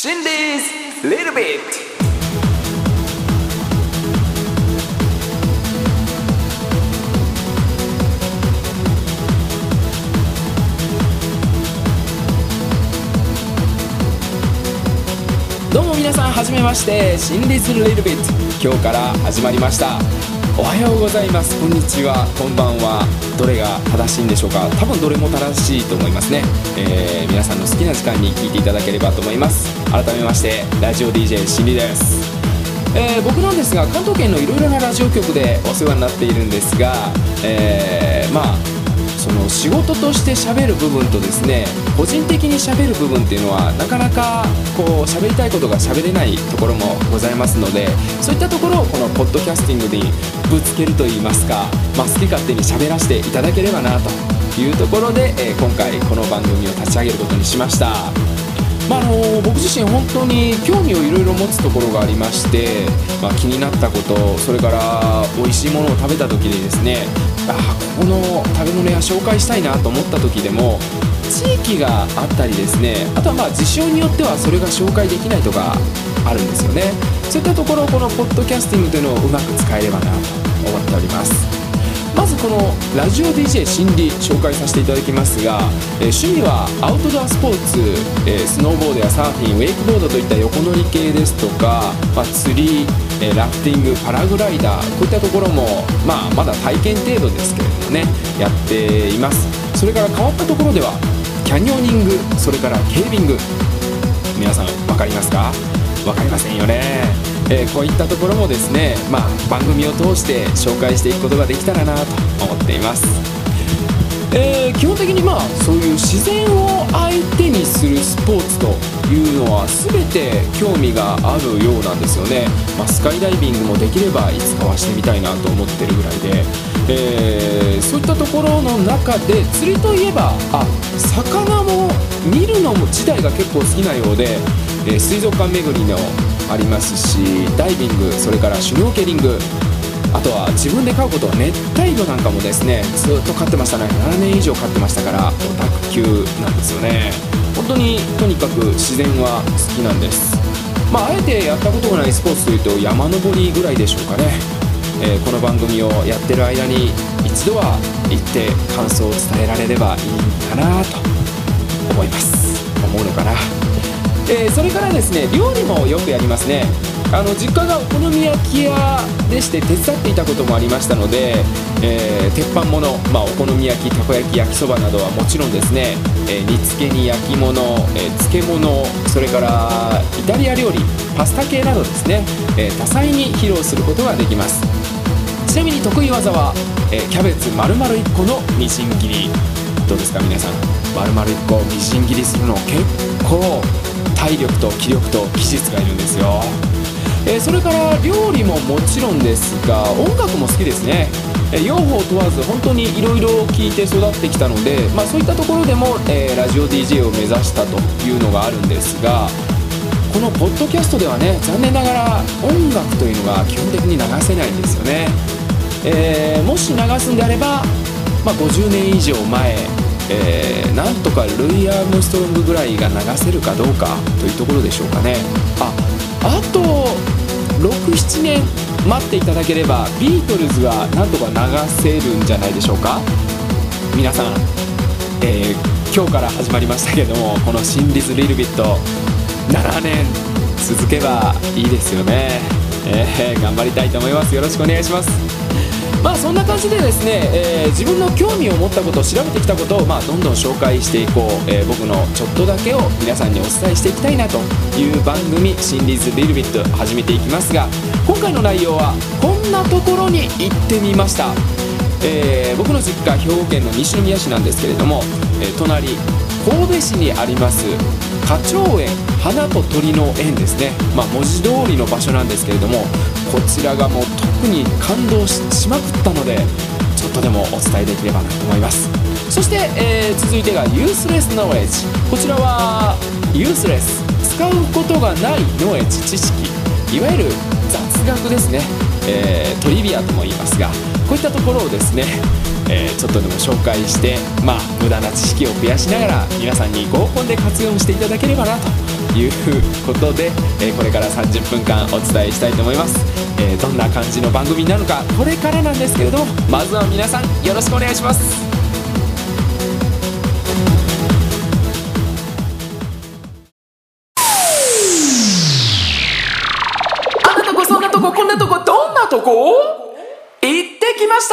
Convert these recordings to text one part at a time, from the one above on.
Shindy's Little Bit。どうも皆さんはじめまして、シンディズ・リルビット、今日から始まりました。おはようございます、こんにちは、こんばんは。どれが正しいんでしょうか。多分どれも正しいと思いますね。皆さんの好きな時間に聞いていただければと思います。改めましてラジオ DJ シンディです。僕なんですが、関東圏のいろいろなラジオ局でお世話になっているんですが、その仕事として喋る部分とですね、個人的に喋る部分っていうのはなかなかこう喋りたいことが喋れないところもございますので、そういったところをこのポッドキャスティングにぶつけるといいますか、好き勝手に喋らせていただければなというところで、今回この番組を立ち上げることにしました。僕自身本当に興味をいろいろ持つところがありまして、気になったこと、それから美味しいものを食べた時にですね、ここの食べ物屋紹介したいなと思った時でも、地域があったりですね、あとは事象によってはそれが紹介できないとかあるんですよね。そういったところをこのポッドキャスティングというのをうまく使えればなと思っております。まずこのラジオ DJ シンディ紹介させていただきますが、趣味はアウトドアスポーツ、スノーボードやサーフィン、ウェイクボードといった横乗り系ですとか、釣り、ラフティング、パラグライダー、こういったところも、まだ体験程度ですけれどもね、やっています。それから変わったところではキャニオニング、それからケービング、皆さん分かりますか？分かりませんよね。こういったところもですね、番組を通して紹介していくことができたらなと思っています。基本的にそういう自然を相手にするスポーツというのは全て興味があるようなんですよね。スカイダイビングもできればいつかはしてみたいなと思ってるぐらいで、そういったところの中で釣りといえば魚も見るのも自体が結構好きなようで、水族館巡りのありますし、ダイビング、それからシュノーケリング、あとは自分で飼うこと、熱帯魚なんかもですね、ずっと飼ってましたね。7年以上飼ってましたから、オタク級なんですよね。本当にとにかく自然は好きなんです。あえてやったことがないスポーツというと山登りぐらいでしょうかね。この番組をやってる間に一度は行って感想を伝えられればいいかなと思います。思うのかな。それからですね、料理もよくやりますね。実家がお好み焼き屋でして手伝っていたこともありましたので、鉄板もの、お好み焼き、たこ焼き、焼きそばなどはもちろんですね、煮付けに焼き物、漬物、それからイタリア料理、パスタ系などですね、多彩に披露することができます。ちなみに得意技は、キャベツ丸々1個のみじん切り。どうですか皆さん、丸々1個みじん切りするの結構体力と気力と技術がいるんですよ。それから料理ももちろんですが、音楽も好きですね。用法問わず本当にいろいろ聴いて育ってきたので、そういったところでも、ラジオ DJ を目指したというのがあるんですが、このポッドキャストではね、残念ながら音楽というのが基本的に流せないんですよね。もし流すんであれば、50年以上前、なんとかルイ・アームストロングぐらいが流せるかどうかというところでしょうかね。あと 6,7 年待っていただければビートルズはなんとか流せるんじゃないでしょうか。皆さん、今日から始まりましたけども、このシンディズ・リルビット7年続けばいいですよね。頑張りたいと思います。よろしくお願いします。そんな感じでですね、自分の興味を持ったこと、調べてきたことを、どんどん紹介していこう、僕のちょっとだけを皆さんにお伝えしていきたいなという番組、シンディズ・リルビット始めていきますが、今回の内容はこんなところに行ってみました。僕の実家、兵庫県の西宮市なんですけれども、隣神戸市にあります花鳥園、花と鳥の園ですね。文字通りの場所なんですけれども、こちらがもう特に感動 しまくったので、ちょっとでもお伝えできればなと思います。そして、続いてがユースレスノレッジ。こちらはユースレス、使うことがないノレッジ、知識、いわゆる雑学ですね。トリビアとも言いますが、こういったところをですね、ちょっとでも紹介して、無駄な知識を増やしながら皆さんに合コンで活用していただければなということで、これから30分間お伝えしたいと思います。どんな感じの番組なのかこれからなんですけれども、まずは皆さんよろしくお願いします。あんなとこそんなとここんなとこどんなとこ行ってきました。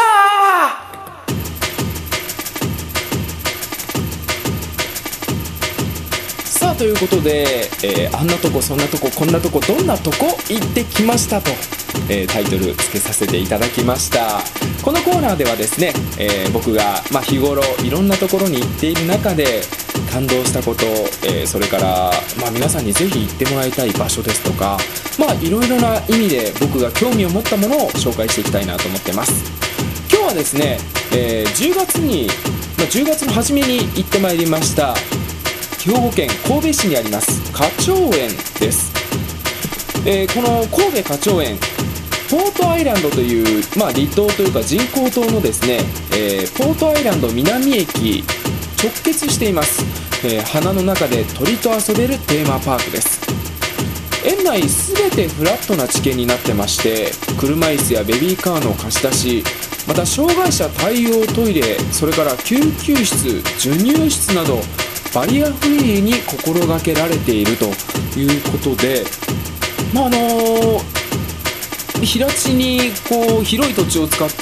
さあということで、あんなとこそんなとここんなとこどんなとこ行ってきましたと、タイトルつけさせていただきました。このコーナーではですね、僕が、日頃いろんなところに行っている中で感動したこと、それから、皆さんにぜひ行ってもらいたい場所ですとか、いろいろな意味で僕が興味を持ったものを紹介していきたいなと思ってます。今日はですね、10月の初めに行ってまいりました兵庫県神戸市にあります花鳥園です。この神戸花鳥園、ポートアイランドという、離島というか人工島のですね、ポートアイランド南駅直結しています。花の中で鳥と遊べるテーマパークです。園内すべてフラットな地形になってまして、車椅子やベビーカーの貸し出し、また障害者対応トイレ、それから救急室、授乳室などバリアフリーに心がけられているということで、平地にこう広い土地を使って、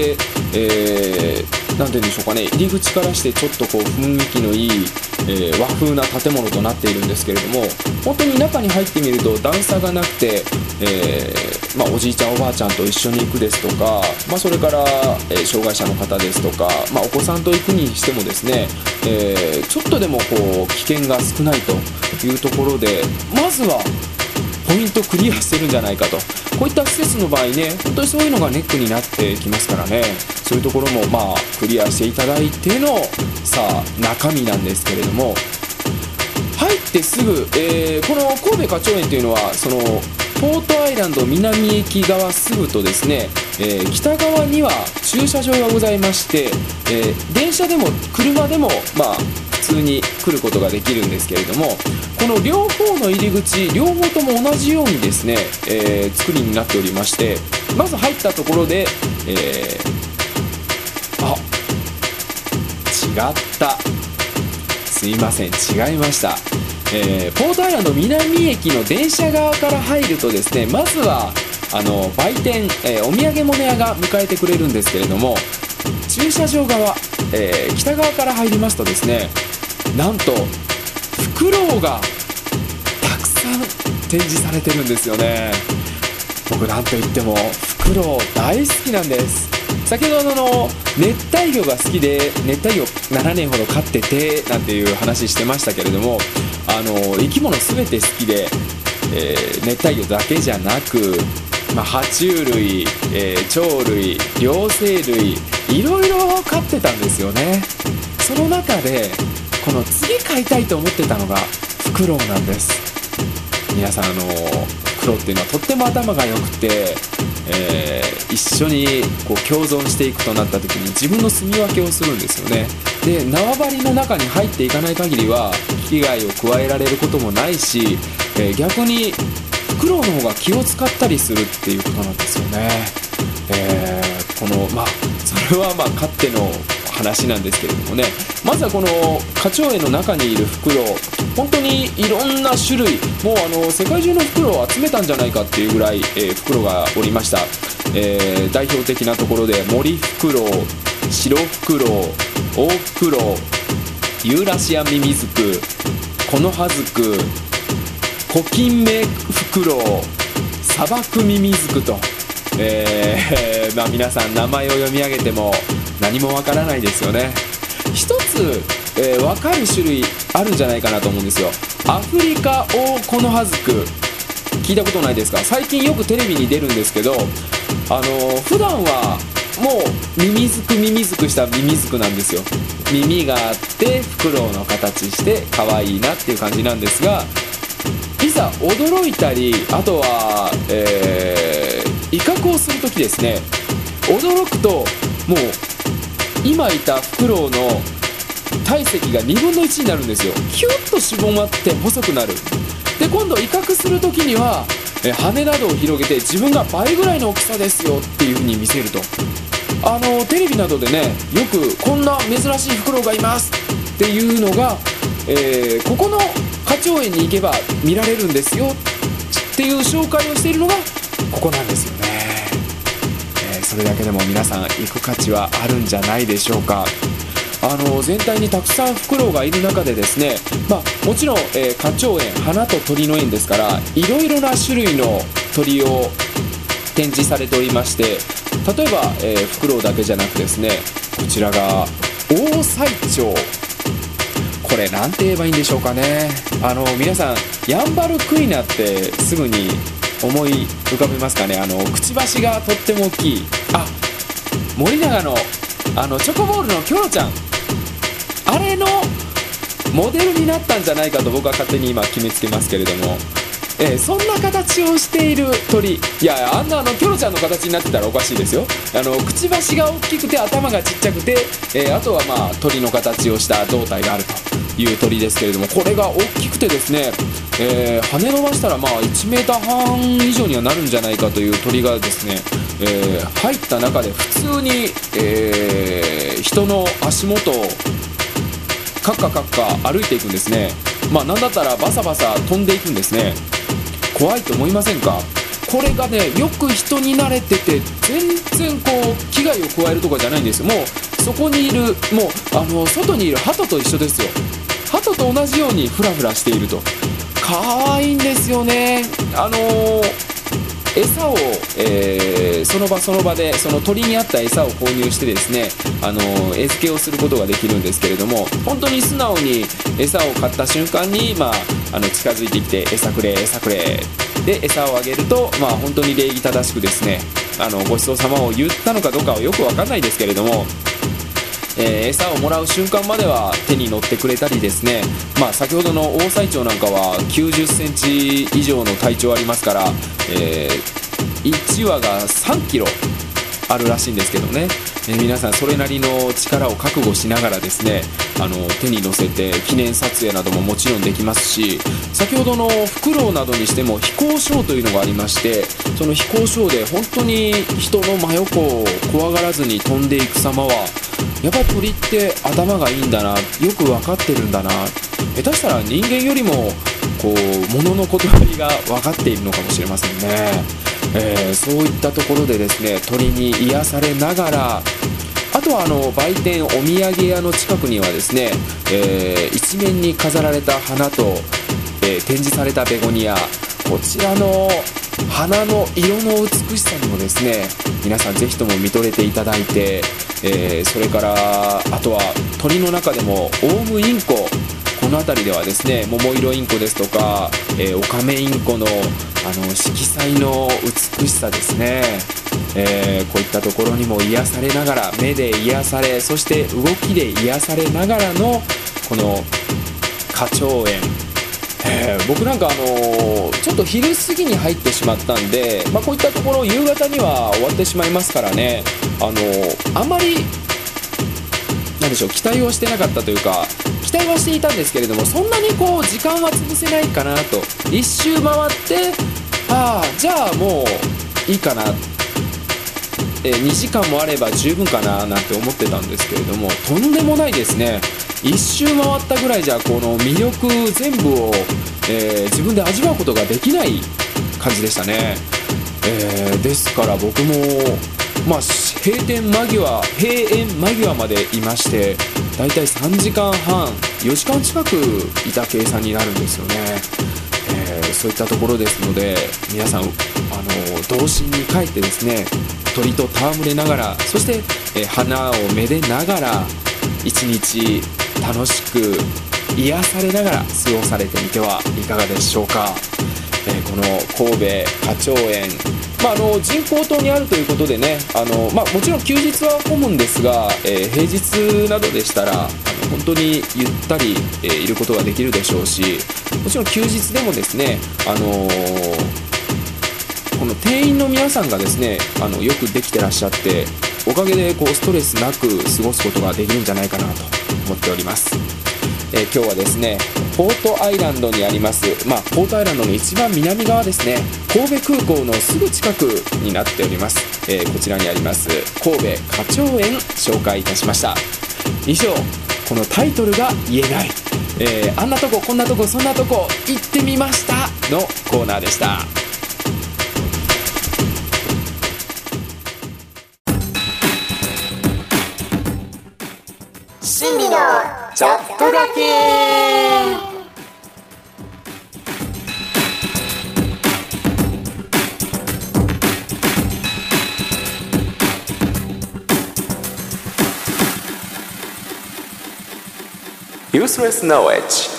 なんて言うんでしょうかね、入り口からしてちょっとこう雰囲気のいい、和風な建物となっているんですけれども、本当に中に入ってみると段差がなくて、おじいちゃんおばあちゃんと一緒に行くですとか、それから、障害者の方ですとか、お子さんと行くにしてもですね、ちょっとでもこう危険が少ないというところで、まずはポイントクリアしてるんじゃないかと。こういった施設の場合ね、本当にそういうのがネックになってきますからね、そういうところもクリアしていただいてのさあ中身なんですけれども、入ってすぐ、この神戸花鳥園というのはそのポートアイランド南駅側すぐとですね、北側には駐車場がございまして、電車でも車でも普通に来ることができるんですけれども、この両方の入り口両方とも同じようにですね、作りになっておりまして、まず入ったところで、違った、すいません違いました。ポートアイランド南駅の電車側から入るとですね、まずは売店、お土産物屋が迎えてくれるんですけれども、駐車場側、北側から入りますとですね、なんとフクロウがたくさん展示されてるんですよね。僕なんといってもフクロウ大好きなんです。先ほどの熱帯魚が好きで熱帯魚7年ほど飼っててなんていう話してましたけれども、生き物全て好きで、熱帯魚だけじゃなく、爬虫類、鳥類、両生類、いろいろ飼ってたんですよね。その中でこの次飼いたいと思ってたのがフクロウなんです。皆さんフクロウっていうのはとっても頭が良くて、一緒にこう共存していくとなった時に自分の住み分けをするんですよね。で、縄張りの中に入っていかない限りは危害を加えられることもないし、逆にフクロウの方が気を使ったりするっていうことなんですよね。それはかつての話なんですけれどもね、まずはこの花鳥園の中にいるフクロウ、本当にいろんな種類、もう世界中のフクロウを集めたんじゃないかっていうぐらい、フクロウがおりました。代表的なところでモリフクロウ、白フクロウ、オオフクロウ、ユーラシアミミズク、コノハズク、コキンメフクロウ、砂漠ミミズクと、皆さん名前を読み上げても何もわからないですよね。一つ、分かる種類あるんじゃないかなと思うんですよ。アフリカオオコノハズク、聞いたことないですか？最近よくテレビに出るんですけど、普段はもうミミズクしたミミズクなんですよ。耳があってフクロウの形して可愛いなっていう感じなんですが、いざ驚いたり、あとは、威嚇をするときですね、驚くともう今いたフクロウの体積が2分の1になるんですよ。キュッとしぼまって細くなる。 で今度威嚇する時には羽などを広げて自分が倍ぐらいの大きさですよっていう風に見せると、テレビなどでねよくこんな珍しいフクロウがいますっていうのが、ここの花鳥園に行けば見られるんですよっていう紹介をしているのがここなんですよね。それだけでも皆さん行く価値はあるんじゃないでしょうか。全体にたくさんフクロウがいる中でですね、もちろん、花鳥園、花と鳥の園ですからいろいろな種類の鳥を展示されておりまして、例えば、フクロウだけじゃなくですね、こちらがオオサイチョウ、これなんて言えばいいんでしょうかね。皆さんヤンバルクイナってすぐに思い浮かべますかね。くちばしがとっても大きい、森永のチョコボールのキョロちゃん、あれのモデルになったんじゃないかと僕は勝手に今決めつけますけれども、そんな形をしている鳥、いやあんなキョロちゃんの形になってたらおかしいですよ。くちばしが大きくて頭がちっちゃくて、あとは鳥の形をした胴体があるという鳥ですけれども、これが大きくてですね、羽伸ばしたら1メーター半以上にはなるんじゃないかという鳥がですね、入った中で普通に、人の足元をカッカカッカ歩いていくんですね。なんだったらバサバサ飛んでいくんですね。怖いと思いませんか。これがねよく人に慣れてて全然危害を加えるとかじゃないんですよ。もうそこにいる外にいる鳩と一緒ですよ。鳩と同じようにフラフラしていると、可愛いんですよね。餌を、その場その場でその鳥に合った餌を購入してですね、餌付けをすることができるんですけれども、本当に素直に餌を買った瞬間に、近づいてきて餌くれ餌くれで餌をあげると、本当に礼儀正しくですね、ごちそうさまを言ったのかどうかはよく分かんないですけれども、餌をもらう瞬間までは手に乗ってくれたりですね、先ほどのオオサイチョウなんかは90センチ以上の体長ありますから、1羽が3キロあるらしいんですけどね、皆さんそれなりの力を覚悟しながらですね、手に乗せて記念撮影などももちろんできますし、先ほどのフクロウなどにしても飛行ショーというのがありまして、その飛行ショーで本当に人の真横を怖がらずに飛んでいく様はやっぱり鳥って頭がいいんだな、よく分かってるんだな、下手したら人間よりも物の断りが分かっているのかもしれませんね。そういったところでですね、鳥に癒されながら、あとは売店お土産屋の近くにはですね、一面に飾られた花と、展示されたベゴニア、こちらの花の色の美しさにもですね、皆さんぜひとも見とれていただいて、それからあとは鳥の中でもオウムインコ、この辺りではですね、桃色インコですとか、オカメインコの色彩の美しさですね、こういったところにも癒されながら、目で癒され、そして動きで癒されながらのこの花鳥園、僕なんかちょっと昼過ぎに入ってしまったんで、こういったところ夕方には終わってしまいますからね、あまりなんでしょう、期待をしてなかったというか、期待はしていたんですけれども、そんなに時間は潰せないかなと、一周回ってじゃあもういいかな、2時間もあれば十分かななんて思ってたんですけれども、とんでもないですね。一周回ったぐらいじゃこの魅力全部を、自分で味わうことができない感じでしたね。ですから僕も閉園間際までいまして、だいたい3時間半4時間近くいた計算になるんですよね。そういったところですので、皆さん童心に帰ってですね、鳥と戯れながら、そして、花をめでながら一日楽しく癒されながら過ごされてみてはいかがでしょうか。この神戸花鳥園、人工島にあるということでね、もちろん休日は混むんですが、平日などでしたら本当にゆったり、いることができるでしょうし、もちろん休日でもですね、この店員の皆さんがですね、よくできてらっしゃって、おかげでストレスなく過ごすことができるんじゃないかなと思っております。 今日はですねポートアイランドにあります、ポートアイランドの一番南側ですね、神戸空港のすぐ近くになっております、こちらにあります神戸花鳥園紹介いたしました。以上、このタイトルが言えない、あんなとここんなとこそんなとこ行ってみましたのコーナーでした。 心理のちょっとだけ Useless knowledge。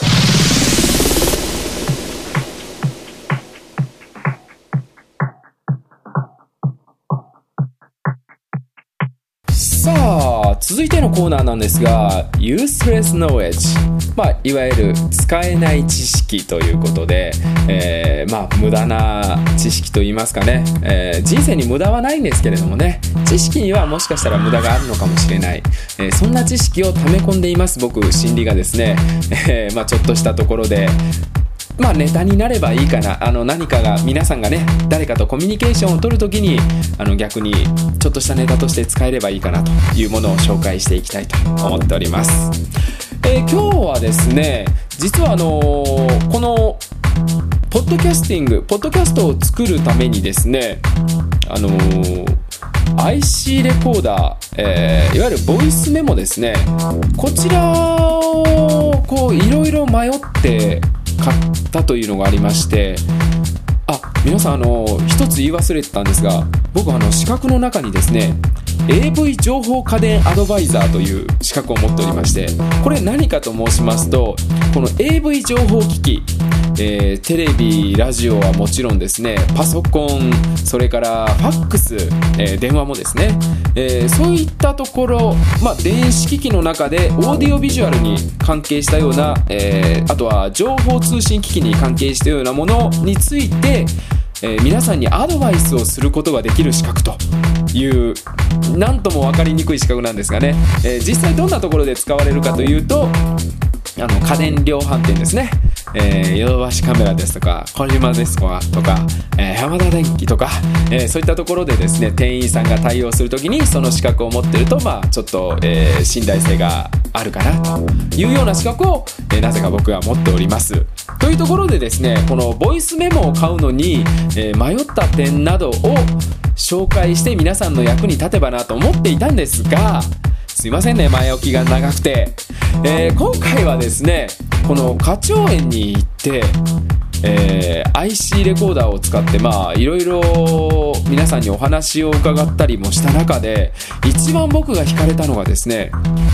さあ続いてのコーナーなんですが Useless knowledge、いわゆる使えない知識ということで、無駄な知識といいますかね、人生に無駄はないんですけれどもね、知識にはもしかしたら無駄があるのかもしれない、そんな知識を溜め込んでいます僕心理がですね、ちょっとしたところでネタになればいいかな、何かが皆さんがね誰かとコミュニケーションを取るときに逆にちょっとしたネタとして使えればいいかなというものを紹介していきたいと思っております。今日はですね実はこのポッドキャストを作るためにですねIC レコーダー、いわゆるボイスメモですね、こちらをいろいろ迷って買ったというのがありまして、皆さん一つ言い忘れてたんですが、僕資格の中にですね AV 情報家電アドバイザーという資格を持っておりまして、これ何かと申しますと、この AV 情報機器、テレビラジオはもちろんですね、パソコン、それからファックス、電話もですね、そういったところ、電子機器の中でオーディオビジュアルに関係したような、あとは情報通信機器に関係したようなものについて、皆さんにアドバイスをすることができる資格というなんとも分かりにくい資格なんですがね、実際どんなところで使われるかというと家電量販店ですね、ヨドバシカメラですとかコジマですとか、ヤマダ電機とか、そういったところでですね店員さんが対応するときにその資格を持ってるとちょっと、信頼性があるかなというような資格を、なぜか僕は持っております。というところでですね、このボイスメモを買うのに、迷った点などを紹介して皆さんの役に立てばなと思っていたんですが、すいませんね前置きが長くて、今回はですねこの花鳥園に行って、IC レコーダーを使っていろいろ皆さんにお話を伺ったりもした中で、一番僕が惹かれたのがですね、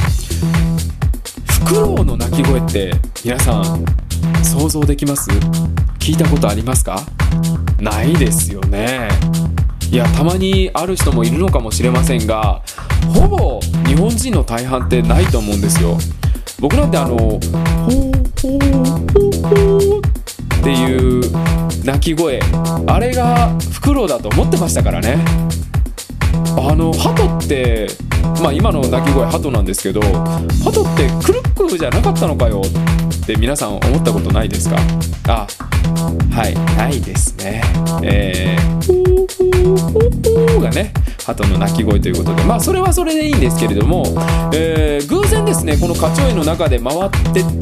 フクロウの鳴き声って皆さん想像できます？聞いたことありますか？ないですよね。いや、たまにある人もいるのかもしれませんが、ほぼ日本人の大半ってないと思うんですよ。僕なんてほーほーほーほーっていう鳴き声、あれがフクロウだと思ってましたからね。鳩って、今の鳴き声鳩なんですけど、鳩ってクルックじゃなかったのかよって皆さん思ったことないですか？はい、ないですね。ほーほーほーがね鳩の鳴き声ということで、それはそれでいいんですけれども、偶然ですねこの花鳥園の中で回ってって、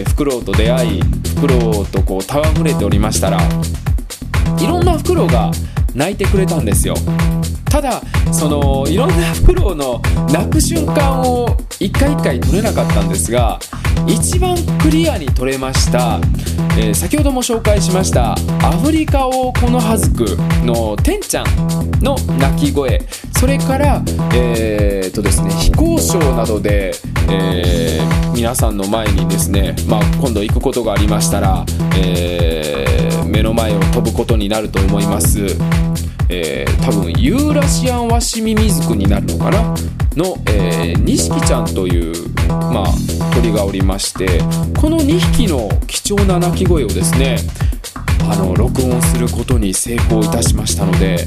フクロウと出会い、フクロウと戯れておりましたら、いろんなフクロウが鳴いてくれたんですよ。ただいろんなフクロウの鳴く瞬間を一回一回撮れなかったんですが、一番クリアに撮れました、先ほども紹介しましたアフリカオオコノハズクのテンちゃんの鳴き声、それからですね、非公証などで、皆さんの前にですね、今度行くことがありましたら、目の前を飛ぶことになると思います。多分ユーラシアンワシミミズクになるのかなの、ニシキちゃんという、鳥がおりまして、この2匹の貴重な鳴き声をですね録音することに成功いたしましたので、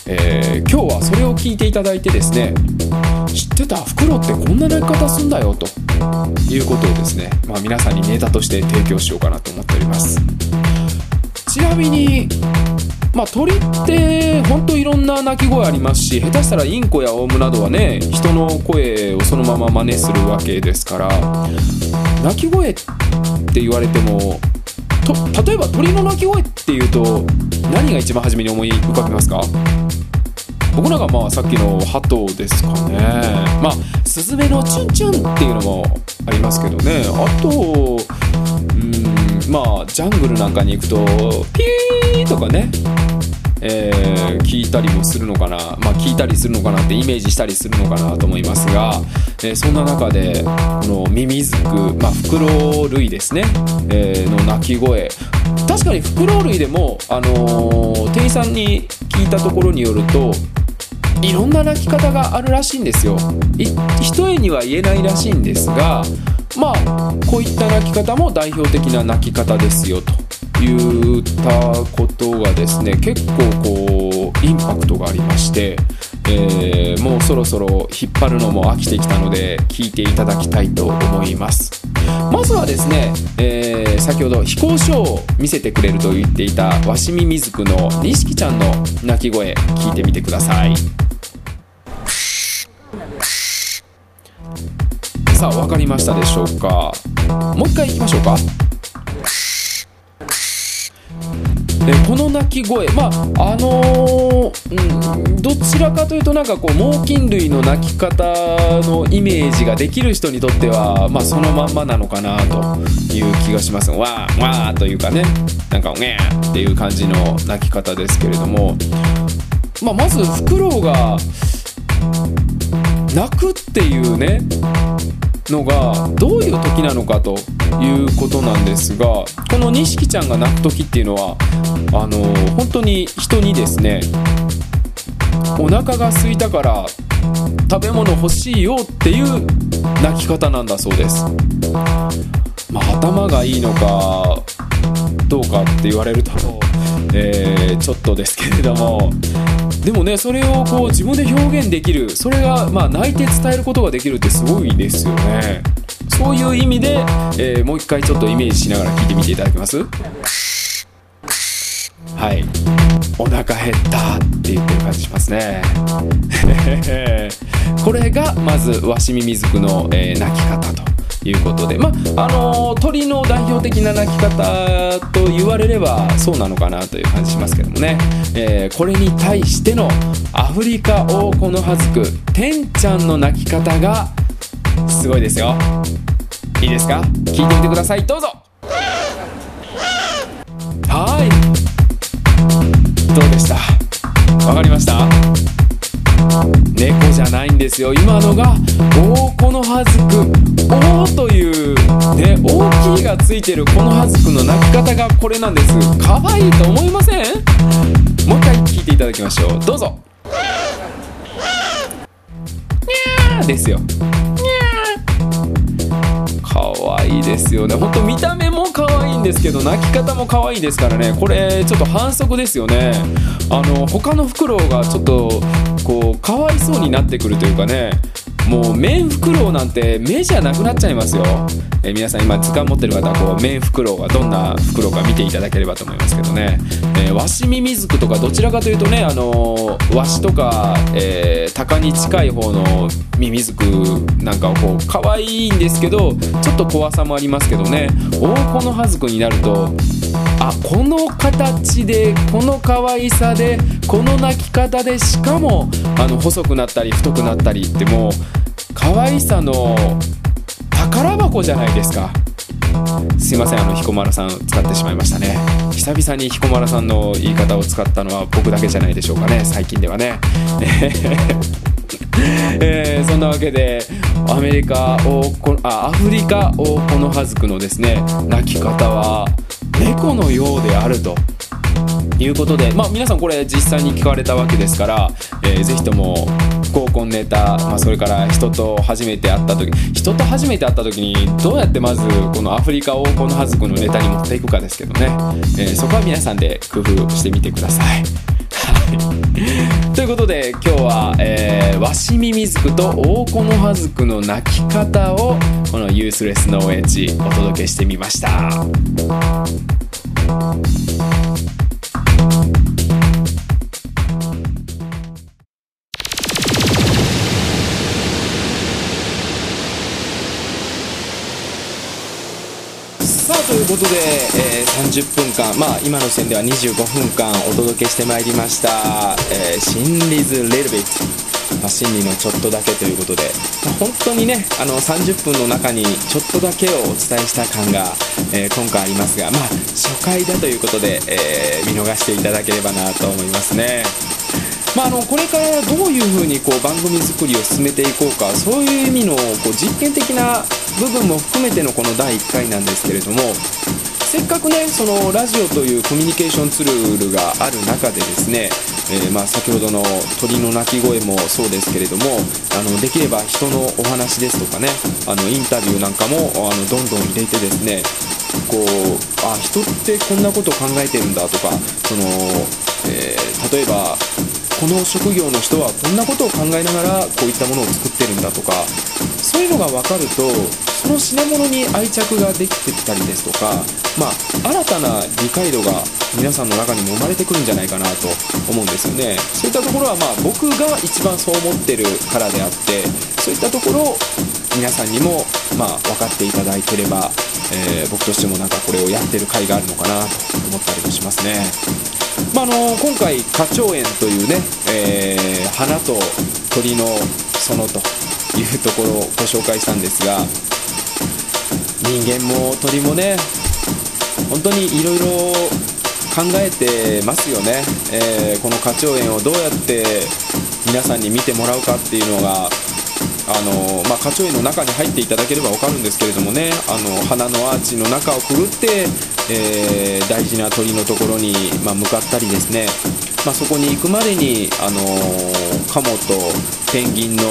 今日はそれを聞いていただいてですね、知ってた？フクロウってこんな鳴き方すんだよということをですね、皆さんにネタとして提供しようかなと思っております。ちなみに鳥って本当いろんな鳴き声ありますし、下手したらインコやオウムなどはね、人の声をそのまま真似するわけですから、鳴き声って言われても例えば鳥の鳴き声っていうと何が一番初めに思い浮かびますか？僕なんかさっきの鳩ですかね。スズメのチュンチュンっていうのもありますけどね。あとジャングルなんかに行くとピーとかね、聞いたりもするのかな、聞いたりするのかなってイメージしたりするのかなと思いますが、そんな中でこのミミズク、フクロウ類ですね、の鳴き声、確かにフクロウ類でも、店員さんに聞いたところによるといろんな鳴き方があるらしいんですよ。一重には言えないらしいんですが、こういった鳴き方も代表的な鳴き方ですよといったことがですね、結構インパクトがありまして、もうそろそろ引っ張るのも飽きてきたので聞いていただきたいと思います。まずはですね、先ほど飛行ショーを見せてくれると言っていたワシミミズクの錦ちゃんの鳴き声聞いてみてください。さあ分かりましたでしょうか？もう一回いきましょうか。この鳴き声、どちらかというと猛禽類の鳴き方のイメージができる人にとっては、そのまんまなのかなという気がします。わーわーというかね、ウェーっていう感じの鳴き方ですけれども、まずフクロウが鳴くっていうねのがどういう時なのかということなんですが、この錦ちゃんが鳴く時っていうのは本当に人にですね、お腹が空いたから食べ物欲しいよっていう鳴き方なんだそうです。頭がいいのかどうかって言われると、ちょっとですけれども、でもね、それを自分で表現できる、それが泣いて伝えることができるってすごいですよね。そういう意味で、もう一回ちょっとイメージしながら聞いてみていただけます？はい、お腹減ったって言ってる感じしますねこれがまずワシミミズクの、鳴き方ということで、鳥の代表的な鳴き方と言われればそうなのかなという感じしますけどもね、これに対してのアフリカオオコノハズクテンちゃんの鳴き方がすごいですよ。いいですか？聞いてみてください、どうぞ。はい、どうでした？わかりました？猫じゃないんですよ。今のがオオコノハズク、オーというね、大きいがついてるコノハズクの鳴き方がこれなんです。可愛いと思いません？もう一回聞いていただきましょう、どうぞ。にゃーですよ。可愛いですよね。本当見た目も可愛いんですけど、鳴き方も可愛いですからね。これちょっと反則ですよね。他のフクロウがちょっとかわいそうになってくるというかね、もうメンフクロウなんて目じゃなくなっちゃいますよ。皆さん今図鑑持ってる方はメンフクロウがどんなフクロウか見ていただければと思いますけどね、ワシミミズクとかどちらかというとね、ワシとか、タカに近い方のミミズクなんかは可愛いんですけど、ちょっと怖さもありますけどね、オオコノハズクになると、この形でこの可愛さでこの鳴き方で、しかも細くなったり太くなったりって、もう可愛さの宝箱じゃないですか。すいません、彦摩呂さん使ってしまいましたね。久々に彦摩呂さんの言い方を使ったのは僕だけじゃないでしょうかね、最近ではねそんなわけでアフリカオオコノハズクのですね、鳴き方は猫のようであるということで、皆さんこれ実際に聞かれたわけですから、ぜひとも合コンネタ、それから人と初めて会った時にどうやってまずこのアフリカオオコノハズクのネタに持っていくかですけどね、そこは皆さんで工夫してみてくださいということで今日は、ワシミミズクとオオコノハズクの鳴き方をこのユースレスノーエッジお届けしてみました。さあということで、30分間、今の時点では25分間お届けしてまいりました、心理ズリルビット、心理のちょっとだけということで、本当にね30分の中にちょっとだけをお伝えした感が、今回ありますが、初回だということで、見逃していただければなと思いますね。これからどういうふうに番組作りを進めていこうか、そういう意味の実験的な部分も含めてのこの第1回なんですけれども、せっかくねそのラジオというコミュニケーションツールがある中でですね、先ほどの鳥の鳴き声もそうですけれども、できれば人のお話ですとかね、インタビューなんかもどんどん入れてですね、人ってこんなこと考えてるんだとか、例えばこの職業の人はこんなことを考えながらこういったものを作ってるんだとか、そういうのが分かるとその品物に愛着ができてきたりですとか、新たな理解度が皆さんの中にも生まれてくるんじゃないかなと思うんですよね。そういったところは僕が一番そう思ってるからであって、そういったところを皆さんにも分かっていただいてれば、僕としてもこれをやってる甲斐があるのかなと思ったりもしますね。今回花鳥園というね、花と鳥の園というところをご紹介したんですが、人間も鳥もね本当にいろいろ考えてますよね。この花鳥園をどうやって皆さんに見てもらうかっていうのが花鳥園の中に入っていただければ分かるんですけれどもね、花のアーチの中をくぐって、大事な鳥のところに、向かったりですね、そこに行くまでにカモとペンギンの、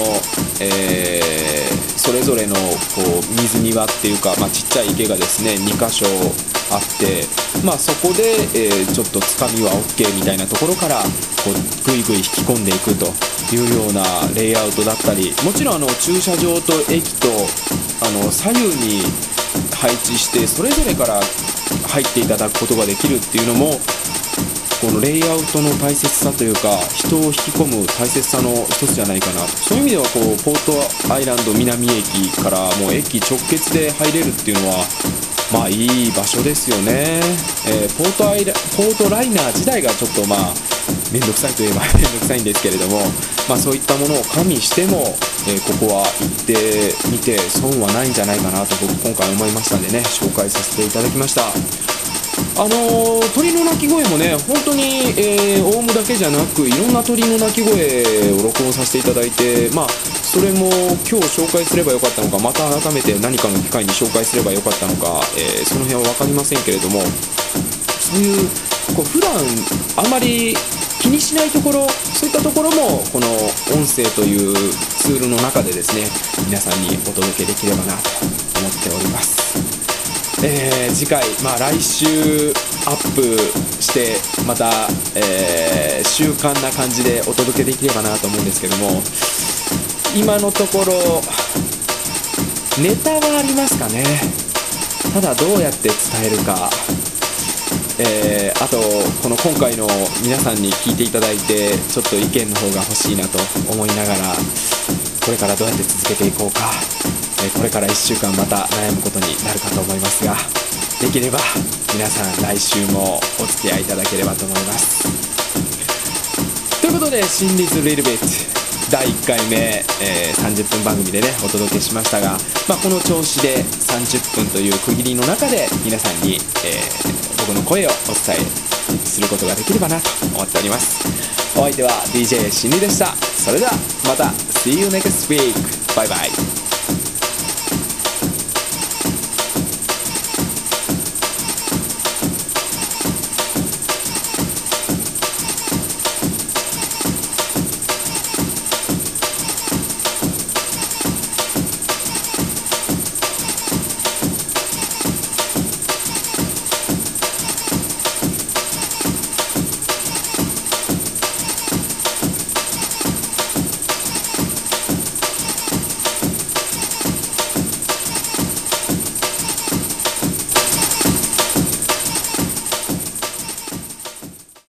それぞれの水庭っていうか、ちっちゃい池がですね2箇所あって、そこで、ちょっとつかみは OK みたいなところからぐいぐい引き込んでいくというようなレイアウトだったり、もちろん駐車場と駅と左右に配置してそれぞれから入っていただくことができるっていうのもこのレイアウトの大切さというか、人を引き込む大切さの一つじゃないかなと。そういう意味ではポートアイランド南駅からもう駅直結で入れるっていうのはいい場所ですよね。ポートライナー自体がちょっとめんどくさいといえばめんどくさいんですけれども、そういったものを加味しても、ここは行ってみて損はないんじゃないかなと僕今回思いましたんでね、紹介させていただきました。鳥の鳴き声もね本当に、オウムだけじゃなくいろんな鳥の鳴き声を録音させていただいて、それも今日紹介すればよかったのか、また改めて何かの機会に紹介すればよかったのか、その辺は分かりませんけれども、そういう普段あまり気にしないところ、そういったところもこの音声というツールの中でですね皆さんにお届けできればなと思っております。次回、来週アップしてまた、習慣な感じでお届けできればなと思うんですけども、今のところネタはありますかね。ただどうやって伝えるか、あと今回の皆さんに聞いていただいてちょっと意見の方が欲しいなと思いながら、これからどうやって続けていこうか、これから1週間また悩むことになるかと思いますが、できれば皆さん来週もお付き合いいただければと思います。ということで心理ズリルビット第1回目、30分番組でねお届けしましたが、この調子で30分という区切りの中で皆さんに、僕の声をお伝えすることができればなと思っております。お相手は DJ 心理でした。それではまた See you next week. バイバイ。